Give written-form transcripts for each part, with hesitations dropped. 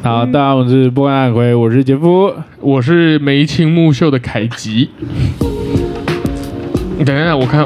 好，大家好，我是波安阿辉，我是杰夫， 我是眉清目秀的凯吉。你等一下，我看，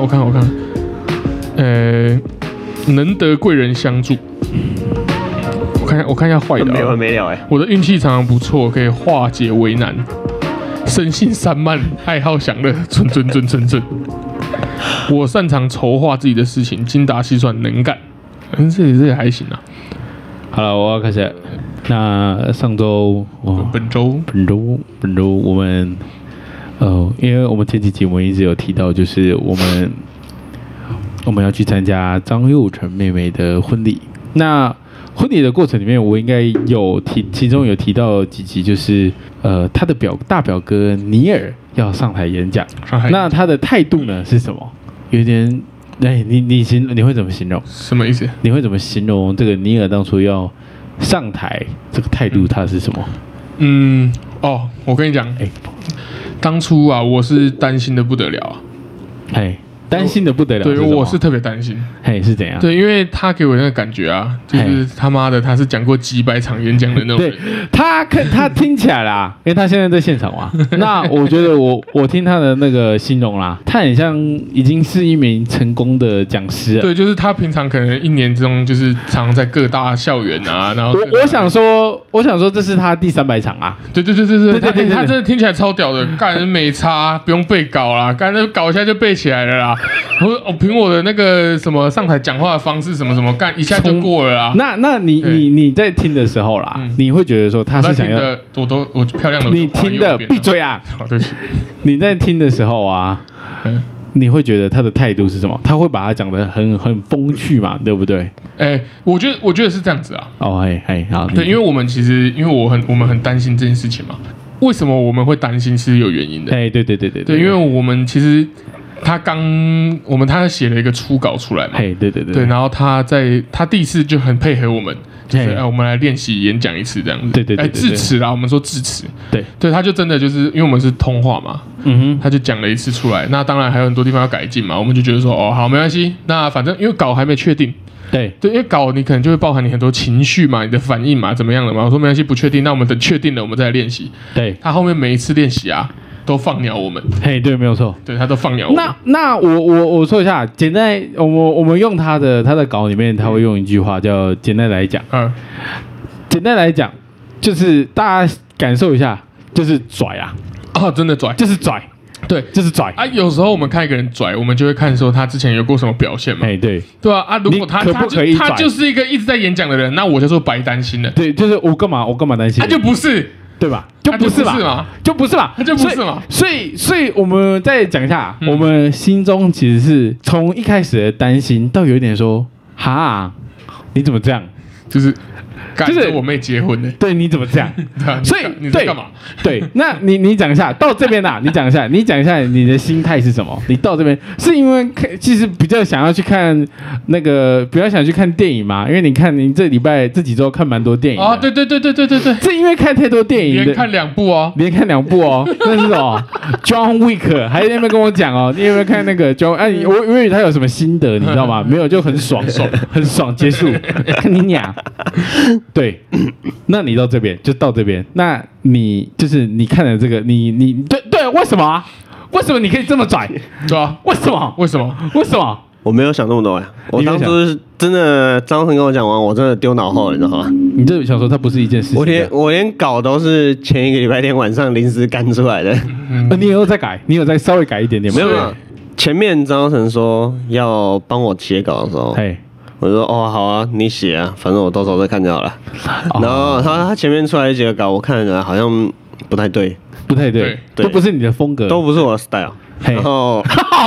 能得贵人相助。我看一下坏的、 没完没了我的运气常常不错，可以化解为难。生性散漫，爱好享乐，准。我擅长筹划自己的事情，精打细算，能干。这也还行啊。 好了，我要开始了。那上周， 本周我们，因为我们前几集我们一直有提到，就是我们要去参加张佑成妹妹的婚礼。那婚礼的过程里面，我应该有其中有提到几集，就是他的大表哥尼尔要上台演讲，那他的态度呢是什么？有点，你会怎么形容？ 什么意思？ 你会怎么形容这个尼尔当初要上台这个态度，他是什么？ 我跟你讲，当初啊，我是担心的不得了啊， 担心的不得了。 对，我是特别担心。 是怎样？ 对，因为他给我那个感觉啊，就是他妈的，他是讲过几百场演讲的那种人。 对，他听起来啦，因为他现在在现场嘛。那我觉得我听他的那个形容啦，他很像已经是一名成功的讲师了。 对，就是他平常可能一年中就是常在各大校园啊，然后我想说这是他第300场啊。 对，他真的听起来超屌的，干没差，不用背稿啦，干那稿一下就背起来了啦。我凭我的那个什么上台讲话的方式什么干一下就过了啦。 那你在听的时候啦，你会觉得说他是想要我漂亮的你听的闭嘴啊！ 对不起， 你在听的时候啊，你会觉得他的态度是什么？他会把他讲得很风趣嘛，对不对？ 我觉得是这样子啊。 好， 对，因为我们我们很担心这件事情嘛。为什么我们会担心是有原因的？对，因为我们其实。他写了一个初稿出来嘛，对，然后他第一次就很配合我们，就是我们来练习演讲一次这样子， 对， 致辞啦，我们说致辞， 对， 他就真的就是因为我们是通话嘛，他就讲了一次出来，那当然还有很多地方要改进嘛，我们就觉得说好没关系，那反正因为稿还没确定。对，因为稿你可能就会包含你很多情绪嘛，你的反应嘛，怎么样的嘛？我说没关系，不确定，那我们等确定了，我们再来练习。对，他后面每一次练习啊，都放鸟我们。对， 没有错， 对他都放鸟我们。 那我说一下，简单，我们用他的稿里面，他会用一句话叫“简单来讲”。简单来讲，就是大家感受一下，就是拽啊！ 真的拽， 就是拽。对，就是拽啊！有时候我们看一个人拽，我们就会看说他之前有过什么表现嘛。 对啊！如果他就是一个一直在演讲的人，那我就说白担心了。 对，就是我干嘛担心？ 他就不是， 对吧？就不是嘛？所以我们再讲一下，我们心中其实是从一开始的担心，到有一点说哈，你怎么这样？就是我妹结婚呢。 对，你怎么这样？所以你在干嘛？ 对，那你讲一下，到这边啦，你讲一下你的心态是什么？你到这边是因为其实比较想要去看比较想去看电影嘛？因为你这礼拜这几周看蛮多电影的。 对， 是因为看太多电影， 连看2部哦， 那是什么？John Wick， 还在那边跟我讲哦，你有没有看那个 John？我以为他有什么心得，你知道吗？没有，就很爽，很爽，结束，看你俩。对，那你到这边就到这边，那你就是你看了这个，你对，为什么啊？为什么你可以这么拽？ 对啊， 为什么？ 我没有想那么多呀，我当初是真的，张成跟我讲完，我真的丢脑后了，你知道吗？ 你就想说它不是一件事情， 我连稿都是前一个礼拜天晚上临时干出来的。 你有在改，你有再稍微改一点点吗？ 没有，前面张成说要帮我写稿的时候，我就说好啊，你写啊，反正我到时候再看就好了。然后他前面出来几个稿，我看着好像不太对， 都不是你的风格， 都不是我的 style。然后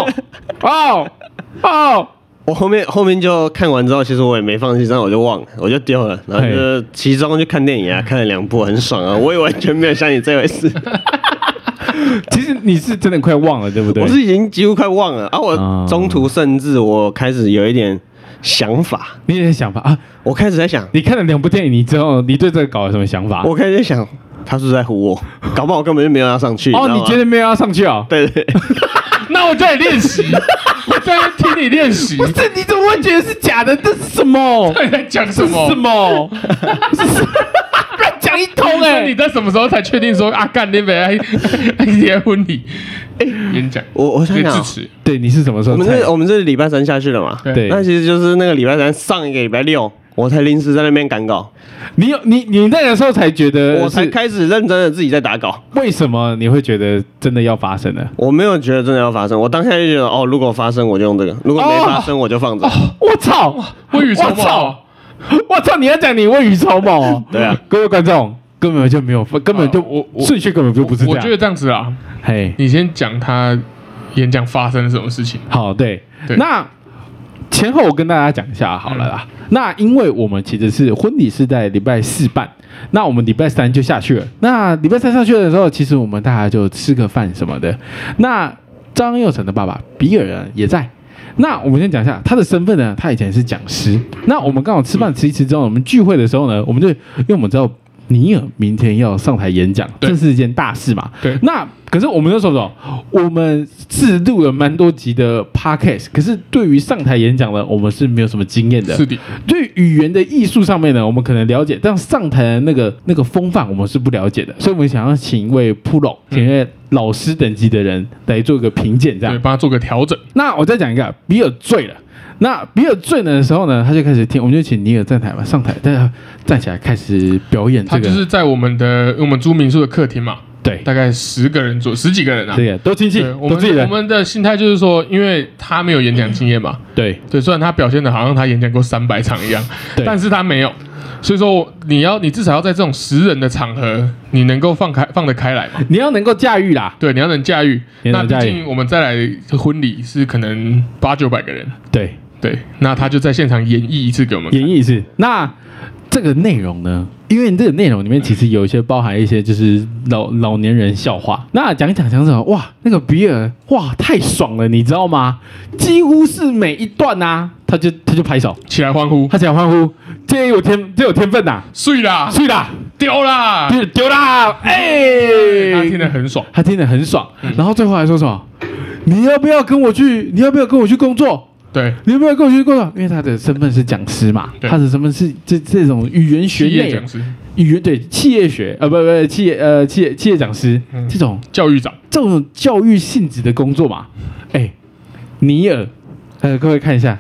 我后面就看完之后，其实我也没放弃，但我就忘了，我就丢了。然后就其中去看电影啊，看了2部，很爽啊，我也完全没有像你这回事。 其实你是真的快忘了，对不对？ 我是已经几乎快忘了啊！我中途甚至我开始有一点想法， 你有点想法啊？ 我开始在想， 你看了2部电影之后，你对这个稿有什么想法？ 我开始在想，他是不是在唬我？搞不好我根本就没有要上去。 你觉得没有要上去啊？ 对。 那我在练习，我在听你练习。 不是，你怎么会觉得是假的？这是什么？ 你在讲什么？ 什么？不然讲一疯哎！ 你在什么时候才确定说啊？干你别婚礼演讲？ 我想想， 对，你是什么时候？ 我们是礼拜3下去了嘛？ 对， 那其实就是那个礼拜3上一个礼拜6，我才临时在那边赶稿。 你那个时候才觉得， 我才开始认真的自己在打稿。 为什么你会觉得真的要发生呢？ 我没有觉得真的要发生，我当下就觉得如果发生我就用这个，如果没发生我就放着。 我操， 未雨绸缪！ 我操，你要讲你未雨绸缪哦？ 对啊， 各位观众根本就没有，根本就顺序根本就不是这样。 我觉得这样子啊，嘿，你先讲他演讲发生了什么事情。 好，对，那前后我跟大家讲一下好了啦。那因为我们其实是婚礼是在礼拜4办，那我们礼拜3就下去了。那礼拜3下去的时候，其实我们大家就吃个饭什么的。那张佑成的爸爸比尔也在。那我们先讲一下他的身份呢，他以前是讲师。那我们刚好吃饭吃一吃之后，我们聚会的时候呢，我们就因为我们知道尼尔明天要上台演讲，这是一件大事嘛。 对。 那可是我们那时候我们是录了蛮多集的 podcast， 可是对于上台演讲呢，我们是没有什么经验的。 是的。 对于语言的艺术上面呢，我们可能了解，但上台的那个风范我们是不了解的，所以我们想要请一位 pro， 请一位老师等级的人来做一个评鉴，这样对，帮他做个调整。 那我再讲一个，比尔醉了。那比尔醉的时候呢，他就开始听，我们就请尼尔上台，大家站起来开始表演。 他就是在我们租民宿的客厅嘛， 对， 大概10个人10几个人啊， 对，都亲戚， 我们的心态就是说，因为他没有演讲经验嘛， 对， 虽然他表现的好像他演讲过300场一样，但是他没有。所以说，你至少要在这种10人的场合，你能够放得开来嘛？ 你要能够驾驭啦， 对，你要能驾驭。那毕竟我们再来婚礼是可能800-900个人，对，那他就在现场演绎一次给我们看。 演绎一次。那这个内容呢？因为这个内容里面其实有一些包含一些就是老年人笑话。那讲哇，那个比尔哇太爽了，你知道吗？几乎是每一段啊，他就拍手起来欢呼， 这有天分呐， 碎啦，丢啦， 哎， 他听得很爽， 然后最后还说什么？你要不要跟我去工作？ 对， 你有没有跟我去工作？因为他的身份是讲师嘛，他的身份是这种语言学类讲师， 企业学企业讲师，这种教育长， 这种教育性质的工作嘛。哎，尼尔，各位看一下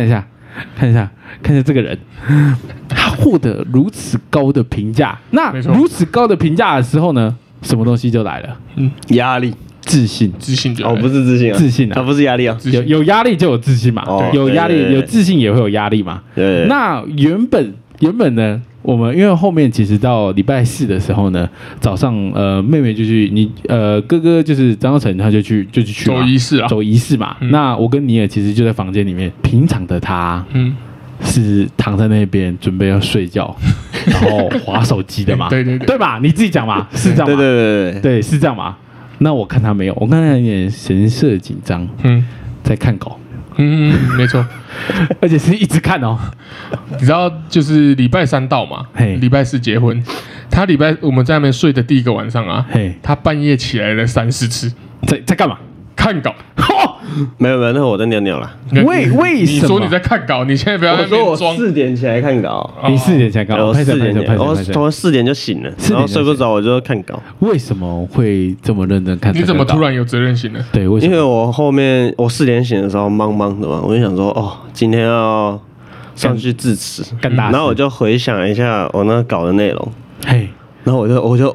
这个人，他获得如此高的评价，那如此高的评价的时候呢，什么东西就来了？ 压力。 自信就不是自信啊， 自信啊， 不是压力啊， 有压力就有自信嘛，有压力有自信也会有压力嘛。那原本呢，我们因为后面其实到礼拜4的时候呢，早上妹妹就去，哥哥就是张耀成他就去走仪式嘛。那我跟尼尔其实就在房间里面，平常的他是躺在那边准备要睡觉，然后滑手机的嘛，对吧？你自己讲嘛，是这样吗？对，是这样嘛。那我看他没有，我看他有点神色紧张，在看稿， 没错， 而且是一直看哦。 你知道，就是礼拜3到嘛，礼拜4结婚，他我们在那边睡的第一个晚上啊，他半夜起来了3-4次， 在干嘛？ 看稿。 没有，那我在尿尿啦。 为什么？ 你说你在看稿，你现在不要在那边装。 我4点起来看稿， 你4点起来看稿， 我4点就醒了，然后睡不着我就看稿。 为什么会这么认真看？ 你怎么突然有责任心呢？ 对， 因为我后面4点醒的时候茫茫的嘛，我就想说今天要上去致辞，然后我就回想一下我那个稿的内容，然后我就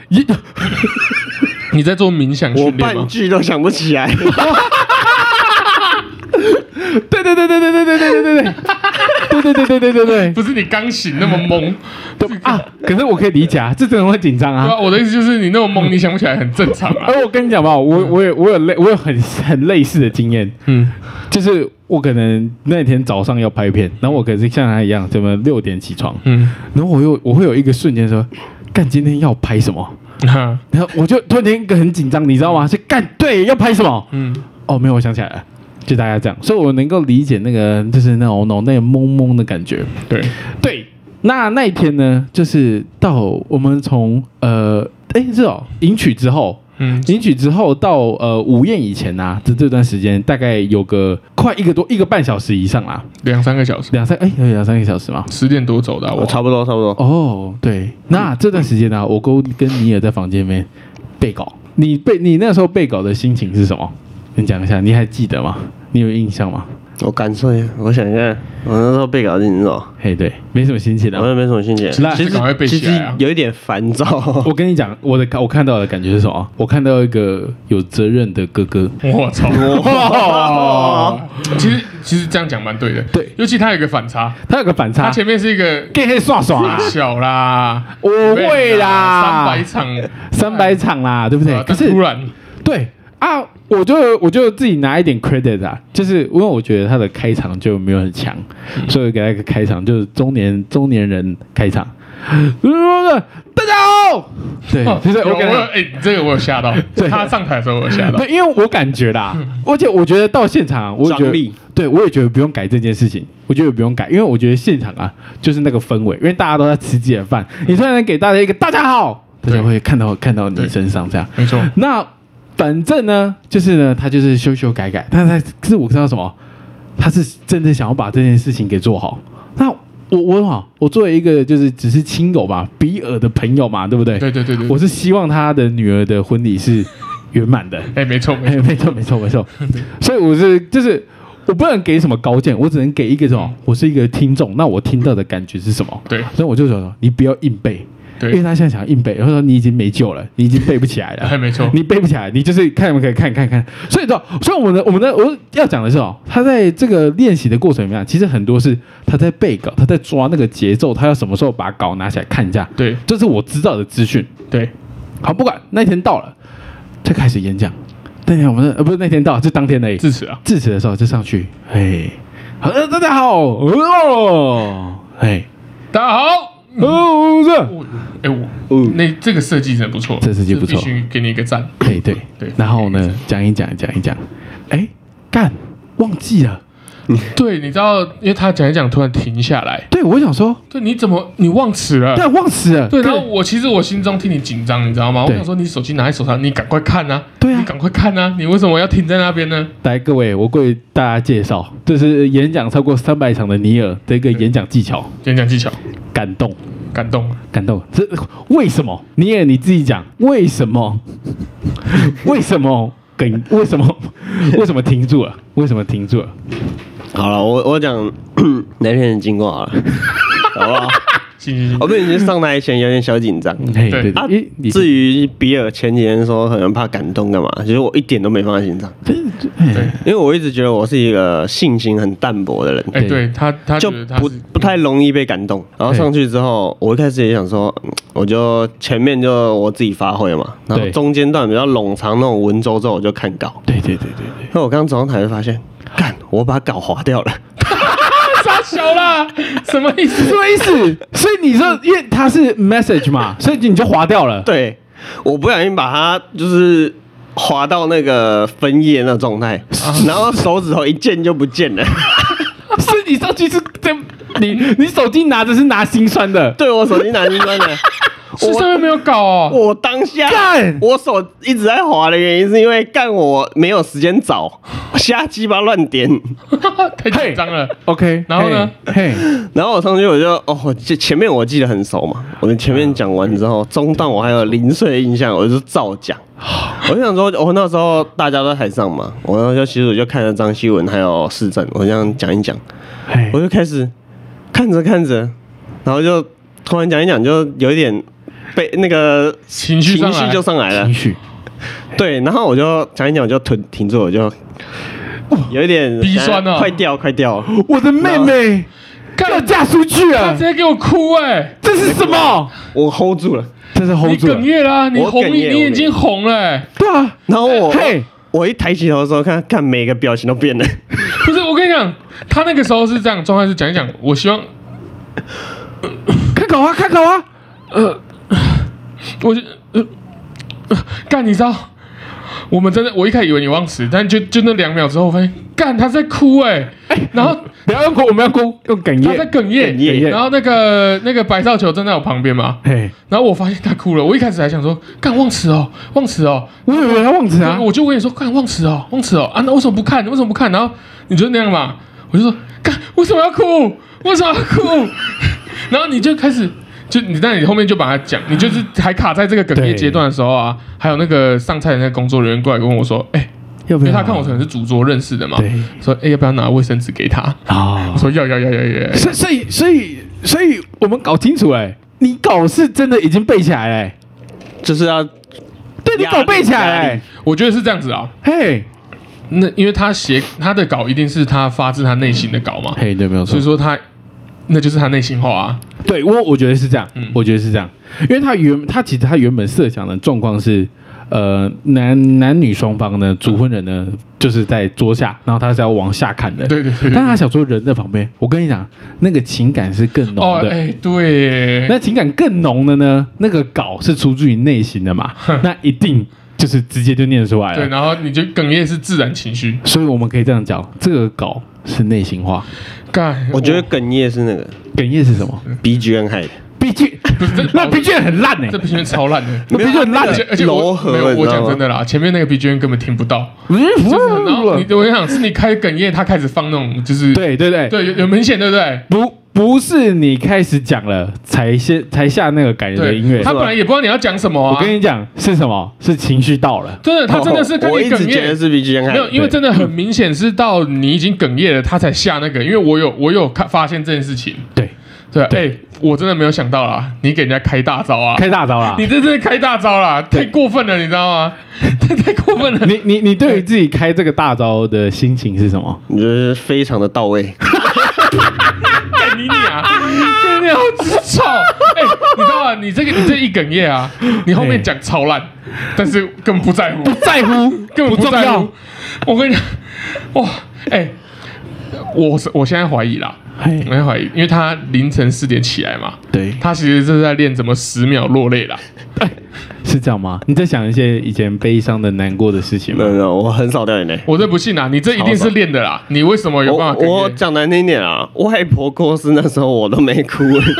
你在做冥想训练吗？ 我半句都想不起来。 对， 不是你刚醒那么懵啊？可是我可以理解啊，这真的会紧张啊。 我的意思就是你那么懵，你想不起来很正常啊。 我跟你讲吧，我有很类似的经验，就是我可能那天早上要拍片，然后我可是像他一样，怎么6点起床，然后我会有一个瞬间说，干今天要拍什么？然后我就突然间一个很紧张，你知道吗？就干对要拍什么？没有，我想起来了。就大概这样，所以我能够理解那个就是那种那个懵懵的感觉。对，那一天呢，就是到我们从迎娶之后， 迎娶之后到午宴以前啊，这段时间大概有个快1个半小时以上啦 ，2-3个小时 ，2-3个小时嘛 ，10点多走的，我差不多。 哦，对，那这段时间呢，我跟尼尔在房间里面背稿，你那时候背稿的心情是什么？你讲一下，你还记得吗？你有印象吗？ 我感受一下，我想一下，我那时候背稿是什么？ 嘿，对，没什么心情的， 我也没什么心情。 其实有一点烦躁。 我跟你讲，我看到的感觉是什么？我看到一个有责任的哥哥。 我操！其实这样讲蛮对的， 对， 尤其他有个反差，他前面是一个给耍耍小啦， 我会啦，300场啦，对不对？ 可是突然对。啊，我就自己拿一点 credit 啊，就是因为我觉得他的开场就没有很强，所以给他一个开场，就是中年人开场。大家好，对，就是这个我有吓到，他上台的时候我有吓到， 对，因为我感觉啦，而且我觉得到现场，我觉得对我也觉得不用改这件事情，我觉得不用改，因为我觉得现场啊就是那个氛围，因为大家都在吃自己的饭，你突然给大家一个大家好，大家会看到你身上这样， 没错， 那。反正呢，就是呢，他就是修改，但可是我知道什么，他是真的想要把这件事情给做好。那我作为一个就是只是亲友嘛，比尔的朋友嘛，对不对？ 对， 我是希望他的女儿的婚礼是圆满的。 没错。 所以我不能给什么高见，我只能给一个什么，我是一个听众，那我听到的感觉是什么？ 对， 所以我就说，你不要硬背。因为他现在想硬背，或者说你已经没救了，你已经背不起来了。 没错， 你背不起来，你就是看可以看。所以我要讲的是他在这个练习的过程里面，其实很多是他在背稿，他在抓那个节奏，他要什么时候把稿拿起来看一下。 对， 这是我知道的资讯。 对， 好，不管那天到了，就开始演讲。那天不是那天到，就当天的致辞啊。 致辞的时候就上去，好，大家好， 大家好。这个设计真的不错， 这设计不错， 必须给你一个赞。 对。然后呢，讲一讲，干忘记了。 对，你知道，因为他讲一讲，突然停下来。 对，我想说， 对，你忘词了？ 对，忘词了。 对，然后我心中替你紧张，你知道吗？我想说，你手机拿在手上，你赶快看啊！ 对啊， 你赶快看啊！你为什么要停在那边呢？ 来，各位，我为大家介绍，这是演讲超过300场的尼尔的一个演讲技巧。感动，这为什么？尼尔你自己讲，为什么？为什么停住了？ 好了，我讲那天的经过好了，好不好？我们已经上台前有点小紧张。 对啊，至于比尔前几天说可能怕感动干嘛，其实我一点都没放在心上。对，因为我一直觉得我是一个信心很淡薄的人。 对他就不太容易被感动。然后上去之后，我一开始也想说，我就前面就我自己发挥嘛，然后中间段比较冗长那种文绉绉，我就看稿。 对。 那我刚走上台就发现，我把稿划掉了。 傻小啦，什么意思？ 所以你说，因为它是 message 嘛，所以你就划掉了。 对，我不小心把它就是划到那个分页那状态，然后手指头一键就不见了。 所以你上去是你手机拿着是拿心酸的。 对，我手机拿心酸的。 是上面没有稿哦。 我当下我手一直在滑的原因是因为我没有时间找，瞎鸡巴乱点， 太紧张了。 OK， 然后呢？ 然后我上去我就前面我记得很熟嘛，我前面讲完之后，中段我还有零碎的印象，我就照讲。我就想说，那时候大家都在台上嘛，我就看着张希文还有市政，我这样讲一讲，我就开始看着，然后就突然讲一讲，就有一点。被那个情绪就上来了，对，然后我就讲一讲，我就停住，我就有一点鼻酸了， 快掉， 我的妹妹要嫁出去了， 她直接给我哭这是什么？ 我 hold 住了， 这是 hold 住了， 你哽咽了，你眼睛红了， 对啊， 然后我一抬起头的时候，看每个表情都变了， 不是，我跟你讲，他那个时候是这样状态，是讲一讲，我希望看稿啊， 干，你知道，我一开始以为你忘词，但就那2秒之后，我发现，干，他在哭， 然后不要用哭，我们要哭，用哽咽。 他在哽咽，然后那个白少球站在我旁边嘛，然后我发现他哭了，我一开始还想说，干忘词哦， 我以为他忘词啊， 我就问你说，干忘词哦啊，那为什么不看？然后你就那样嘛，我就说，干为什么要哭？然后你就开始。但你后面就把它讲，你就是还卡在这个哽咽阶段的时候啊，还有那个上菜的那个工作人员过来跟我说， 要不要？ 因为他看我可能是主桌认识的嘛，说要不要拿卫生纸给他？我说要。 所以我们搞清楚你稿是真的已经背起来了， 就是要对你稿背起来我觉得是这样子啊，那因为他写他的稿一定是他发自他内心的稿嘛， 对，没有错， 所以说那就是他内心话啊。 对，我觉得是这样，我觉得是这样，因为他其实他原本设想的状况是，男女双方呢，主婚人呢就是在桌下，然后他是要往下看的， 对， 但他想说人在旁边，我跟你讲，那个情感是更浓的， 对， 那情感更浓的呢，那个稿是出自于内心的嘛，那一定就是直接就念出来了， 对，然后你就哽咽是自然情绪， 所以我们可以这样讲，这个稿是内心话。 我觉得哽咽是那个哽咽是什么 ？BGM 害的 ，BGM 那 BGM 很烂这 BGM 超烂的， 那 BGM 很烂， 而且我讲真的啦，前面那个 BGM 根本听不到，然后我想是你开哽咽，他开始放那种就是对， 有明显对不对？ 不是你开始讲了才下那个感人的音乐， 他本来也不知道你要讲什么啊。 我跟你讲是什么？是情绪到了， 真的，他真的是跟你哽咽。 我一直觉得是 BGM 没有，因为真的很明显是到你已经哽咽了，他才下那个。因为我有发现这件事情。对，我真的没有想到啦，你给人家开大招啊！你这真的开大招啦，太过分了，你知道吗？太过分了。 你对于自己开这个大招的心情是什么？ 我觉得非常的到位。 你好臭！你知道吗？你这一哽咽啊，你后面讲超烂，但是根本不在乎，根本不在乎。我跟你讲，哇，我现在怀疑啦，因为他凌晨4点起来嘛， 对， 他其实是在练怎么10秒落泪啦。 是这样吗？你在想一些以前悲伤的、难过的事情吗？ 没有，我很少掉眼泪。 我这不信啊！你这一定是练的啦！你为什么有办法？ 我讲难听点啊，外婆过世那时候我都没哭。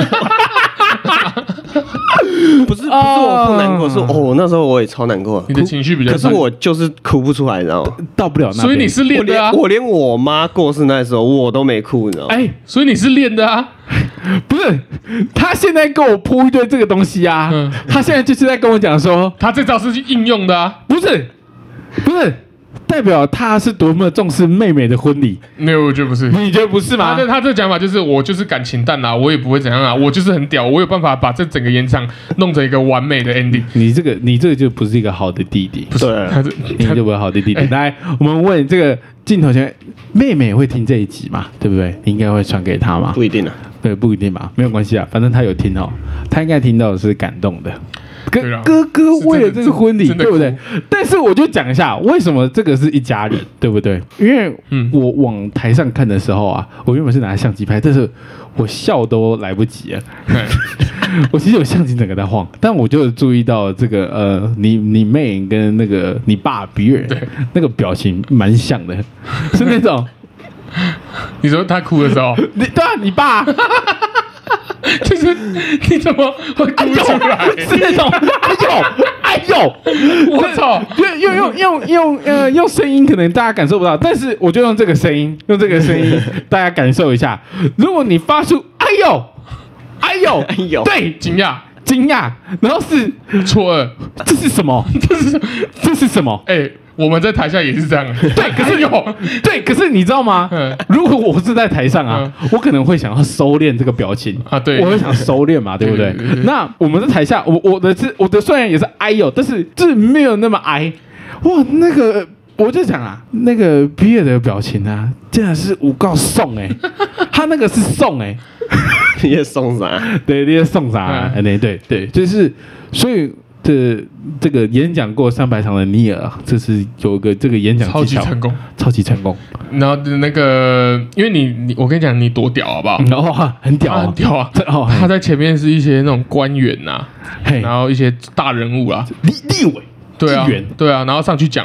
不是我不难过，是那时候我也超难过。 你的情绪比较， 可是我就是哭不出来，你知道吗？ 到不了那。 所以你是练的啊！ 我连我妈过世那时候我都没哭，你知道吗？ 所以你是练的啊！ 不是，他现在跟我铺一堆这个东西啊，他现在就是在跟我讲说， 他这招是应用的啊， 不是，代表他是多么重视妹妹的婚礼。 没有，我觉得不是。 你觉得不是吗？ 他这讲法就是我就是感情淡啦，我也不会怎样啊，我就是很屌，我有办法把这整个演唱弄成一个完美的 ending。 你这个就不是一个好的弟弟， 不是， 你就不是好的弟弟。来，我们问这个镜头前妹妹会听这一集嘛？对不对？你应该会传给她嘛？ 不一定啊。 对，不一定吧，没有关系啊，反正他有听哦，他应该听到的是感动的。哥哥为了这个婚礼，对不对？但是我就讲一下，为什么这个是一家人，对不对？因为我往台上看的时候啊，我原本是拿相机拍，但是我笑都来不及了。我其实有相机整个在晃，但我就注意到这个你妹跟那个你爸比尔那个表情蛮像的，是那种。 你说他哭的时候， 对啊，你爸， 就是你怎么会哭出来？ 是那种哎呦， 我操！ 用声音可能大家感受不到，但是我就用这个声音，大家感受一下。如果你发出哎呦，对， 惊讶， 然后是错愕， 这是什么？这是什么？ 我们在台下也是这样， 对，可是你知道吗？如果我是在台上啊，我可能会想要收敛这个表情啊，对， 我会想收敛嘛，对不对？那我们在台下，我的虽然也是哎呦，但是就是没有那么哀。哇，那个我就讲啊，那个比尔的表情啊，真的是无告送他那个是送你在送啥？ 对，你在送啥？对，就是所以。这个演讲过300场的尼尔，这是有个这个演讲技巧超级成功。 然后那个，因为你我跟你讲，你多屌好不好？ 很屌啊！他在前面是一些那种官员呐，然后一些大人物啦， 立委， 对啊，然后上去讲嘛。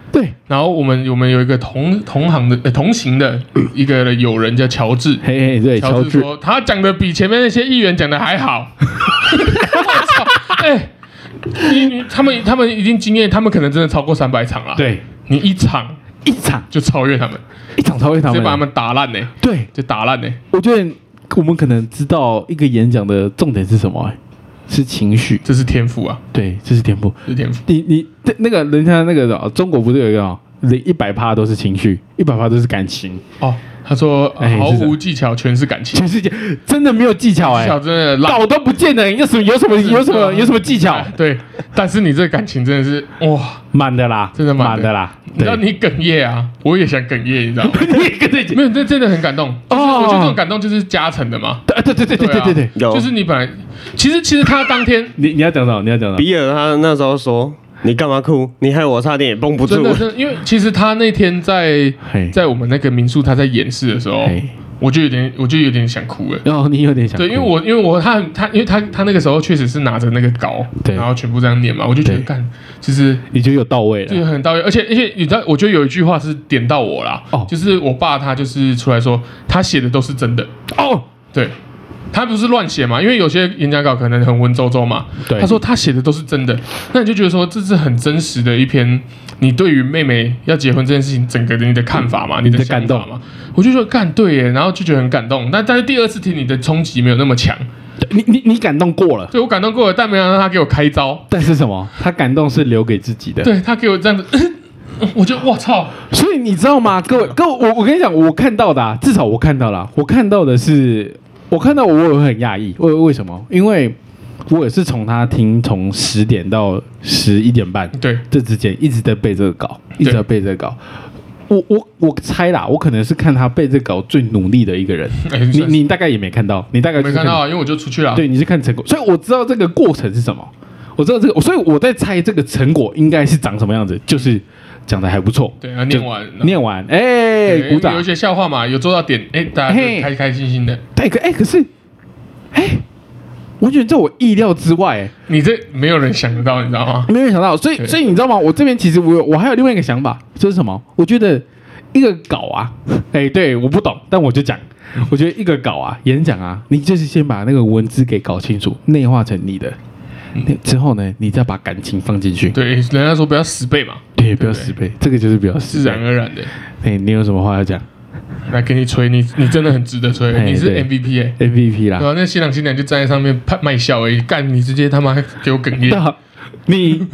对， 然后我们有一个同行的一个友人叫乔治， 对， 乔治说他讲的比前面那些议员讲的还好。我操，他们已经经验，他们可能真的超过300场了。 对， 你一场就超越他们，直接把他们打烂呢。 对， 就打烂呢。 我觉得我们可能知道一个演讲的重点是什么，是情绪， 这是天赋啊。 对，这是天赋， 是天赋。 你那个人家那个中国不是有一个100%都是情绪，100%都是感情哦。他说毫无技巧，全是感情。 全世界真的没有技巧， 技巧真的搞都不见得有什么技巧。 对，但是你这感情真的是哇满的啦， 真的满的啦。 你知道你哽咽啊，我也想哽咽，你知道吗？ 你也跟着没有，这真的很感动。我觉得这种感动就是加成的嘛。 对， 就是你本来其实他当天你要讲什么？ 比尔他那时候说。你干嘛哭？你害我差点也绷不住。 真的，因为其实他那天在我们那个民宿，他在演示的时候，我就有点想哭了。 然后你有点想哭。 对，因为他那个时候确实是拿着那个稿，然后全部这样念嘛，我就觉得其实你觉得有到位了， 就很到位。而且你知道，我觉得有一句话是点到我啦，就是我爸他就是出来说，他写的都是真的哦，对。他不是乱写嘛？因为有些演讲稿可能很文绉绉嘛。他说他写的都是真的，那你就觉得说这是很真实的一篇你对于妹妹要结婚这件事情整个的你的看法嘛，你的想法嘛。我就说干对耶，然后就觉得很感动。但是第二次听你的冲击没有那么强， 你感动过了， 对我感动过了，但没想到他给我开招。 但是什么？他感动是留给自己的。 对他给我这样子。我就我操！ 所以你知道吗？各位，我跟你讲，我看到的，至少我看到了，我看到的是。我看到我也很讶异，为什么？因为我也是从他听从10点到11点半， 对， 这之间一直在背这个稿，一直在背这个稿。我猜啦，我可能是看他背这个稿最努力的一个人。你大概也没看到，你大概没看到，因为我就出去了。 对，你是看成果，所以我知道这个过程是什么，我知道这个，所以我在猜这个成果应该是长什么样子，就是。讲的还不错， 对啊，念完， 鼓掌。 有一些笑话嘛，有做到点，大家开开心心的。 对，可是，我觉得在我意料之外， 你这没有人想得到，你知道吗？ 没有人想到，所以你知道吗？我这边其实我还有另外一个想法，这是什么？我觉得一个稿啊，对，我不懂，但我就讲，我觉得一个稿啊，演讲啊，你就是先把那个文字给搞清楚，内化成你的。之后呢，你再把感情放进去。 对，人家说不要10倍嘛。 对，不要10倍，这个就是比较自然而然的。 你有什么话要讲？ 来给你吹，你真的很值得吹，你是 MVP MVP 啦。 对啊，那新郎新娘就站在上面卖笑而已，干你直接他妈给我哽咽。 你。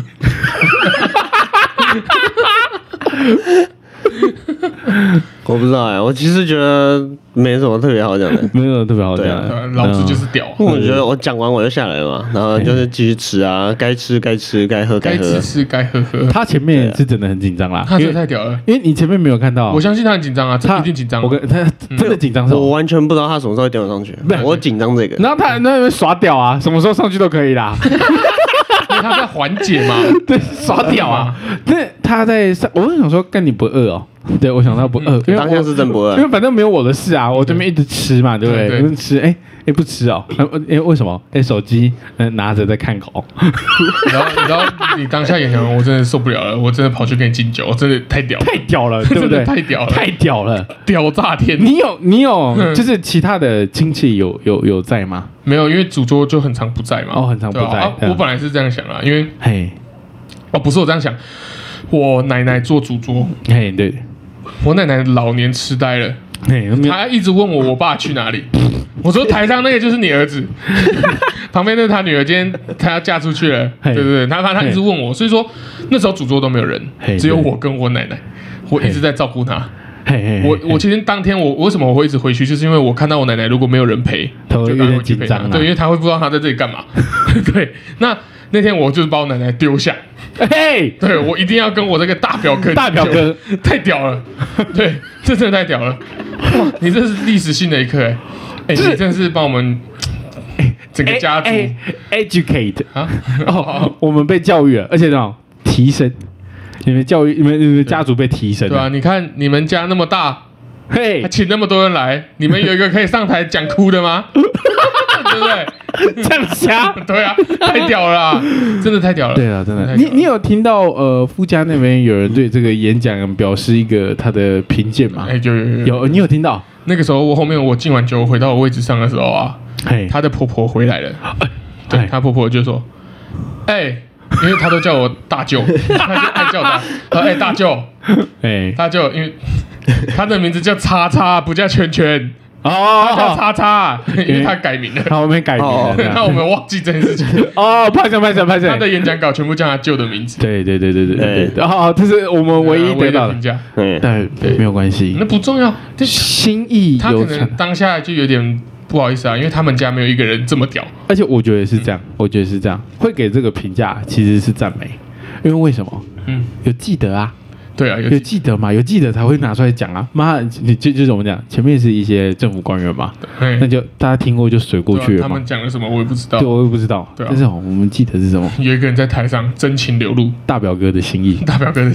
我不知道我其实觉得没什么特别好讲的， 没有什么特别好讲的， 老子就是屌。 我觉得我讲完我就下来了嘛，然后就是继续吃啊，该吃该吃，该喝该喝， 该喝。 他前面是真的很紧张啦， 他真的太屌了， 因为你前面没有看到， 我相信他很紧张啊，他一定紧张。 他真的紧张， 我完全不知道他什么时候会丢上去，我紧张这个。 然后他那边耍屌啊，什么时候上去都可以啦。 他在缓解嘛， 对，耍屌啊。那他在上，我就想说，干你不饿哦？对，我想到不饿， 当下是真不饿， 因为反正没有我的事啊，我这边一直吃嘛，对不对？一直吃，不吃哦，为什么？手机拿着在看狗。 然后你当下演讲，我真的受不了了，我真的跑去跟你敬酒，真的太屌了，对不对？ 太屌了， 太屌了， 屌炸天！ 你有，就是其他的亲戚有在吗？ 没有，因为主桌就很常不在嘛。 很常不在。 我本来是这样想啦，因为不是我这样想，我奶奶做主桌， 对。 我奶奶老年痴呆了，她一直问我爸去哪里。我说台上那个就是你儿子，旁边那是他女儿，今天她要嫁出去了，对对对，他一直问我，所以说那时候主桌都没有人，只有我跟我奶奶，我一直在照顾她。我其实当天我为什么我会一直回去，就是因为我看到我奶奶如果没有人陪， 就有点紧张， 对，因为她会不知道她在这里干嘛。对，那天我就是把我奶奶丢下，对我一定要跟我这个大表哥太屌了，对，这真的太屌了，哇，你这是历史性的一刻你真的是帮我们整个家族 educate 啊，我们被教育了，而且这种提升，你们教育，你们家族被提升， 对啊，你看你们家那么大，请那么多人来，你们有一个可以上台讲哭的吗？ 对不对？ 这样瞎， 对啊，太屌了啦，真的太屌了。 对啊，真的。你有听到夫家那边有人对这个演讲表示一个他的评鉴吗？有，你有听到？ 那个时候我后面我敬完酒回到我位置上的时候啊，她的婆婆回来了，对，她婆婆就说，因为她都叫我大舅，她就爱叫她，大舅，大舅，因为她的名字叫叉叉，不叫圈圈。他叫叉叉，因为他改名了。 他后面改名了， 那我们忘记这件事情。 拍手。 他的演讲稿全部叫他舅的名字。 对。这是我们唯一得到的评价。但没有关系， 那不重要。 心意有他可能当下就有点不好意思啊，因为他们家没有一个人这么屌。 而且我觉得是这样，会给这个评价其实是赞美，因为为什么？有记得啊。 对啊， 有记得嘛？有记得才会拿出来讲啊！妈，你就是我们讲，前面是一些政府官员嘛，那就大家听过就水过去了嘛。 他们讲了什么我也不知道， 对，我也不知道。对啊，但是我们记得是什么？ 有一个人在台上真情流露， 大表哥的心意，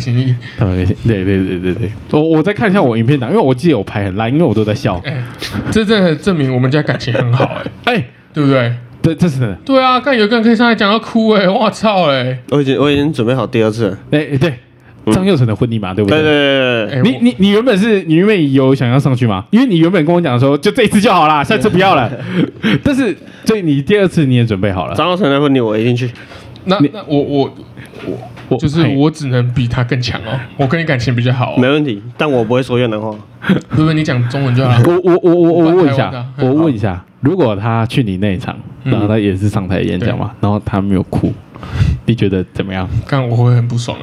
对。我再看一下我影片档，因为我记得我拍很烂，因为我都在笑。 这真的证明我们家感情很好对不对？ 对，这是的。 对啊，看有个人可以上来讲到哭我操我已经准备好第二次了。 对。张佑成的婚礼嘛，对不对？ 对。 你原本有想要上去吗？因为你原本跟我讲的时候，就这一次就好啦，下次不要了。但是，所以你第二次你也准备好了。 张佑成的婚礼我一定去。 那我就是我只能比他更强哦。我跟你感情比较好。 没问题，但我不会说越南话。 不，你讲中文就好了。 我问一下，如果他去你那一场，然后他也是上台演讲嘛，然后他没有哭，你觉得怎么样？ 干我会很不爽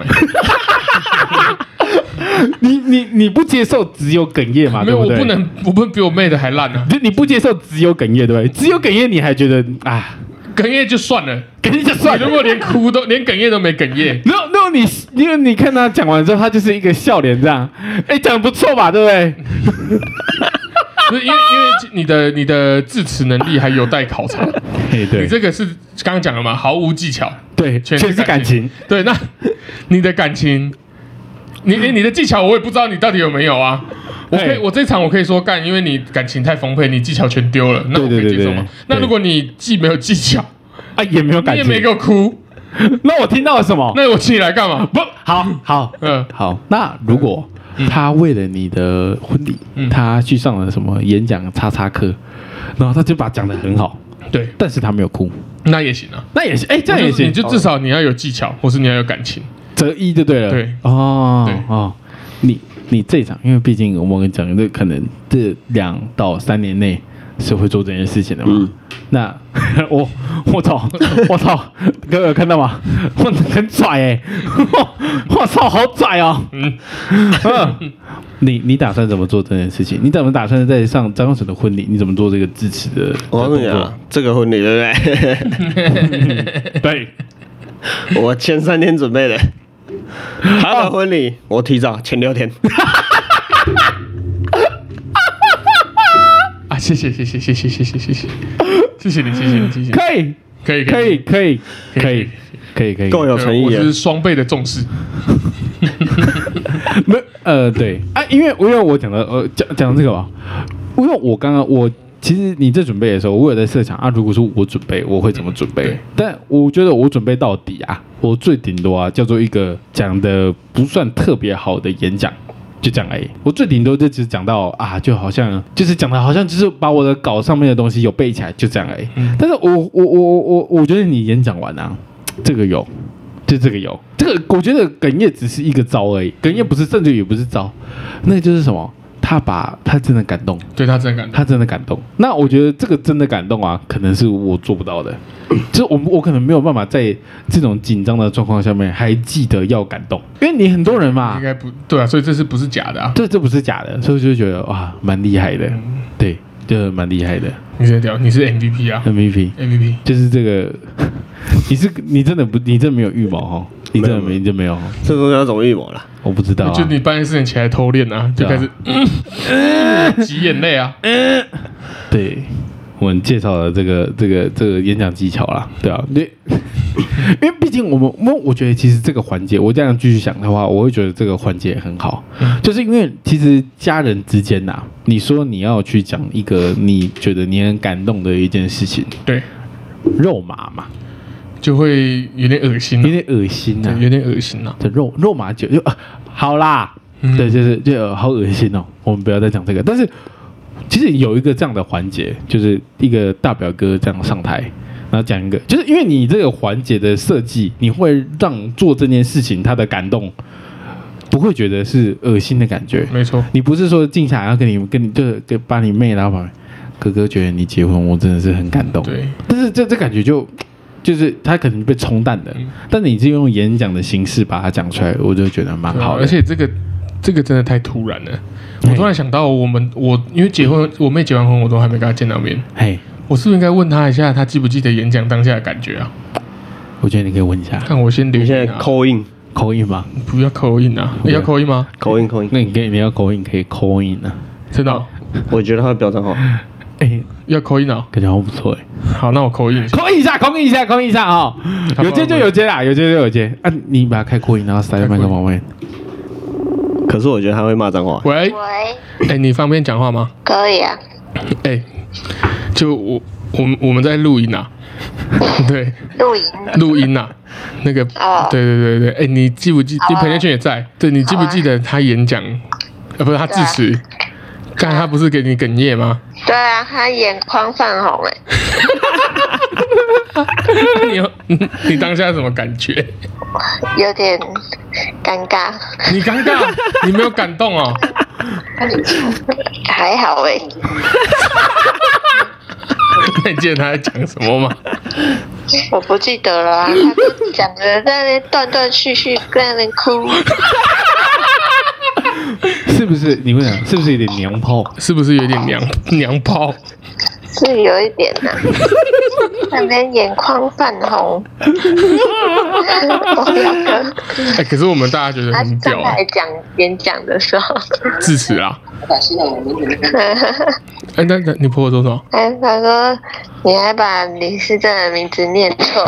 你不接受只有哽咽嘛？ 没有，我不能比我妹的还烂啊！ 你不接受只有哽咽，对不对？只有哽咽你还觉得哽咽就算了，如果连哽咽都没哽咽， 因为你看他讲完之后，他就是一个笑脸这样，讲得不错吧，对不对？ 不是因为你的致辞能力还有待考察。 对， 你这个是刚刚讲了嘛，毫无技巧， 对，全是感情。 对，那你的感情。你的技巧我也不知道你到底有没有啊？我这场我可以说干，因为你感情太丰沛，你技巧全丢了，那我可以接受吗？那如果你既没有技巧也没有感情， 你也没给我哭， 那我听到了什么？ 那我请你来干嘛？ 不好，好。那如果他为了你的婚礼，他去上了什么演讲叉课，然后他就把讲得很好， 对， 但是他没有哭， 那也行啊， 这样也行， 你就至少你要有技巧，或是你要有感情。 择一就对了。 对你这一场，因为毕竟我们讲的可能这2到3年内是会做这件事情的嘛。那我操，哥有看到吗？我很拽我操，好拽哦。你打算怎么做这件事情？你怎么打算在上张佑成的婚礼？你怎么做这个致辞的？ 我告诉你啊，这个婚礼对不对？对， 我前3天准备的。他的婚礼我提早前6天。 谢谢你。 可以， 够有诚意。 我是双倍的重视。 对因为我讲的讲这个吧，因为我其实你在准备的时候，我有在设想如果说我准备，我会怎么准备？但我觉得我准备到底我最顶多叫做一个讲的不算特别好的演讲，就这样而已。我最顶多就只讲到就好像就是讲的好像就是把我的稿上面的东西有背起来，就这样而已。但是我觉得你演讲完这个有。就这个有，这个我觉得哽咽只是一个招而已，哽咽不是甚至也不是招，那个就是什么？他真的感动， 对他真的感动。那我觉得这个真的感动可能是我做不到的，就是我可能没有办法在这种紧张的状况下面还记得要感动，因为你很多人嘛， 应该不对所以这不是假的这不是假的，所以我就觉得蛮厉害的，对，就蛮厉害的。 你真屌，你是 MVP 啊 ！MVP 就是这个，你真的没有预谋你真没有。 这东西要怎么预谋了？ 我不知道就你半夜4点起来偷练就开始挤眼泪对， 我们介绍了这个演讲技巧啦，对啊， 因为毕竟我觉得其实这个环节，我这样继续想的话，我会觉得这个环节很好，就是因为其实家人之间呐，你说你要去讲一个你觉得你很感动的一件事情， 对， 肉麻嘛， 就会有点恶心， 有点恶心啊， 有点恶心啊， 这肉麻就好啦，对，就好恶心哦，我们不要再讲这个，但是。其实有一个这样的环节，就是一个大表哥这样上台，然后讲一个，就是因为你这个环节的设计，你会让做这件事情他的感动不会觉得是恶心的感觉。 没错， 你不是说静下来要跟你就是把你妹然后把哥哥觉得你结婚，我真的是很感动。 对， 但是这感觉就是他可能被冲淡了，但你是用演讲的形式把它讲出来，我就觉得蛮好的。 而且这个真的太突然了。我突然想到，我因为结婚，我妹结完婚，我都还没跟她见到面。 嘿， 我是不是应该问她一下，她记不记得演讲当下的感觉啊？ 我觉得你可以问一下。 看我先留言啊。 call in 吗？ 不要 call in 啊！你要 call in 吗 ？call in。 那你要 call in 可以 call in 啊。 真的？ 我觉得他会标账号。 要 call in 啊？ 感觉好不错好，那我 call in 一下哦。有接就有接啦，有接就有接。啊，你把它开扩音，然后塞在麦克风外面。 可是我觉得他会骂脏话。 喂，你方便讲话吗？ 可以啊。 就我们在录音啊。对，录音啊，那个对，你记不记？彭建轩也在，对你记不记得他演讲？不是他致辞，刚才他不是给你哽咽吗？ 对啊，他眼眶泛红你当下什么感觉？ 有点尴尬。 你尴尬？你没有感动哦？ 还好那你记得他在讲什么吗？ 我不记得了啊，他就讲的在那边断断续续，在那边哭。 是不是？你会讲是不是有点娘炮？ 是不是有点娘炮？ 是有一点呐，那边眼眶泛红。我表哥。 可是我们大家觉得很屌。 他在演讲的时候。 致辞啊。那你婆婆说什么？ 他说你还把李世正的名字念错。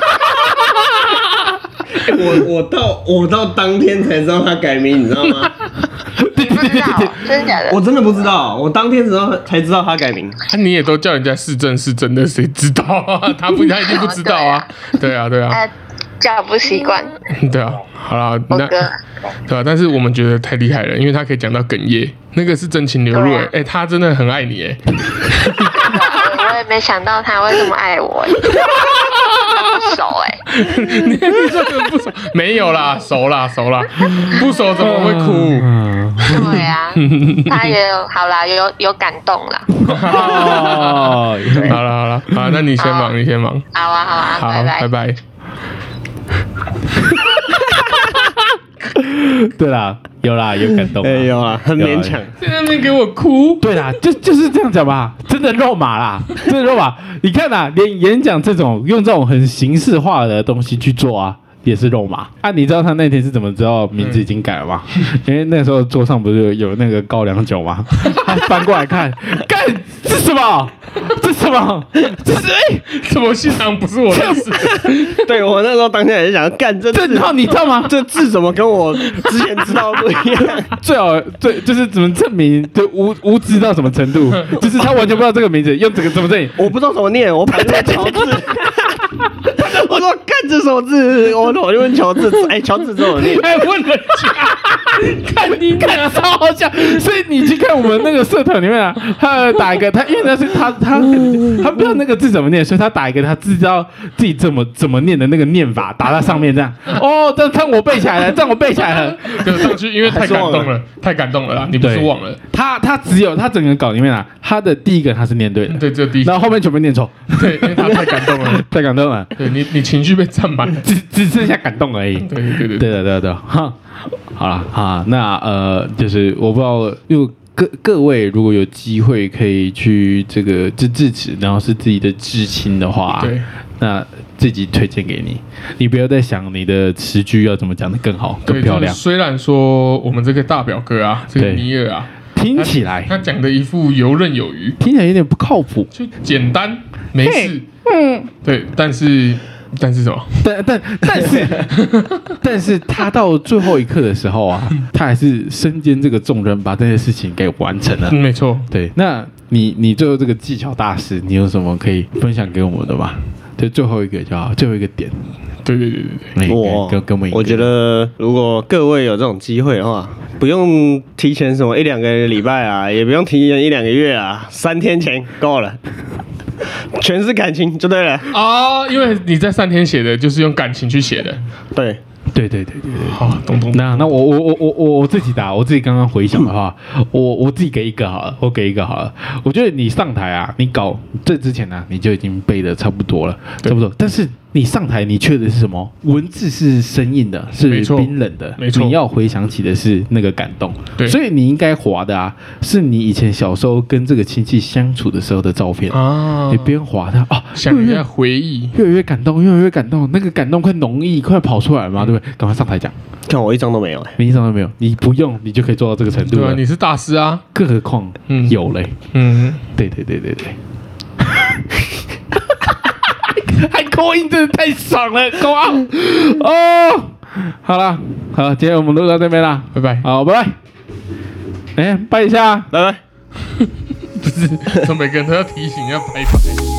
我到当天才知道他改名，你知道吗？ 你不知道？真的假的？ 我真的不知道，我当天才知道他改名。 你也都叫人家是真的，谁知道啊？他一定不知道啊。对啊。 叫不习惯。 对啊，好啦，那对吧？但是我们觉得太厉害了，因为他可以讲到哽咽，那个是真情流露他真的很爱你我也没想到他会这么爱我不熟你这个不熟？没有啦，熟啦，不熟怎么会哭？ 对啊，他也好啦，有感动啦。 好了，好，那你先忙。 好啊， 拜拜。 对啦，有感动， 有啊，很勉强。 在那边给我哭。 对啦，就是这样讲吧，真的肉麻啦，真的肉麻。你看啦，连演讲这种用这种很形式化的东西去做啊，也是肉麻啊。你知道他那天是怎么知道名字已经改了吗？因为那时候桌上不是有那个高粱酒吗？他翻过来看，干这什么？这什么？这是什么现场不是我认识的？ 对，我那时候当下也是想干这字， 然后你知道吗？ 这字怎么跟我之前知道不一样？ 最就是怎么证明就无知到什么程度？就是他完全不知道这个名字，用这个怎么证明？ 我不知道怎么念，我反正乔治。我说干这什么字？我就问乔治，乔治怎么念？ 还问人家，看你看超好笑。所以你去看我们那个社团里面啊，他打一个因为那是他不知道那个字怎么念，所以他打一个他知道自己怎么念的那个念法打在上面这样。这样我背起来了， 就上去，因为太感动了啦！你不是忘了？ 他只有他整个稿里面啊，他的第一个他是念对的， 对，这第一， 然后后面全部念错。 对，因为他太感动了， 太感动了。 对你情绪被占满了， 只剩下感动而已。对，哈，好了哈，那就是我不知道，因为各位如果有机会可以去这个致辞，然后是自己的至亲的话， 对， 那自己推荐给你，你不要再想你的词句要怎么讲得更好、更漂亮。 虽然说我们这个大表哥啊，这个尼尔啊， 听起来他讲的一副游刃有余， 听起来有点不靠谱， 就简单没事，对，但是但是什么？ 但是他到最后一刻的时候啊，他还是身兼这个重任，把这件事情给完成了。 没错， 对。那你最后这个技巧大师，你有什么可以分享给我们的吗？就最后一个就好，最后一个点。 对， 我觉得如果各位有这种机会的话，不用提前什么1-2个礼拜啊，也不用提前1-2个月啊，3天前够了。全是感情就对了啊，因为你在3天写的就是用感情去写的， 对。 好，懂。 那我自己打，我自己刚刚回想的话，我自己给一个好了，我觉得你上台啊，你搞这之前呢，你就已经背的差不多了，但是你上台，你缺的是什么？文字是生硬的，是冰冷的， 没错。 你要回想起的是那个感动， 对。 所以你应该滑的啊，是你以前小时候跟这个亲戚相处的时候的照片啊。你边滑它啊， 想一下回忆， 越来越感动，那个感动快浓郁，快跑出来了嘛，对不对？赶快上台讲。 看我一张都没有， 你一张都没有，你不用，你就可以做到这个程度了。 对啊，你是大师啊， 更何况有嘞。对。还扣音真的太爽了，够啊！哦，好了，今天我们录到这边了， 拜拜。 好，拜拜。拜一下， 拜拜。 不是，每个人都要提醒要拜拜。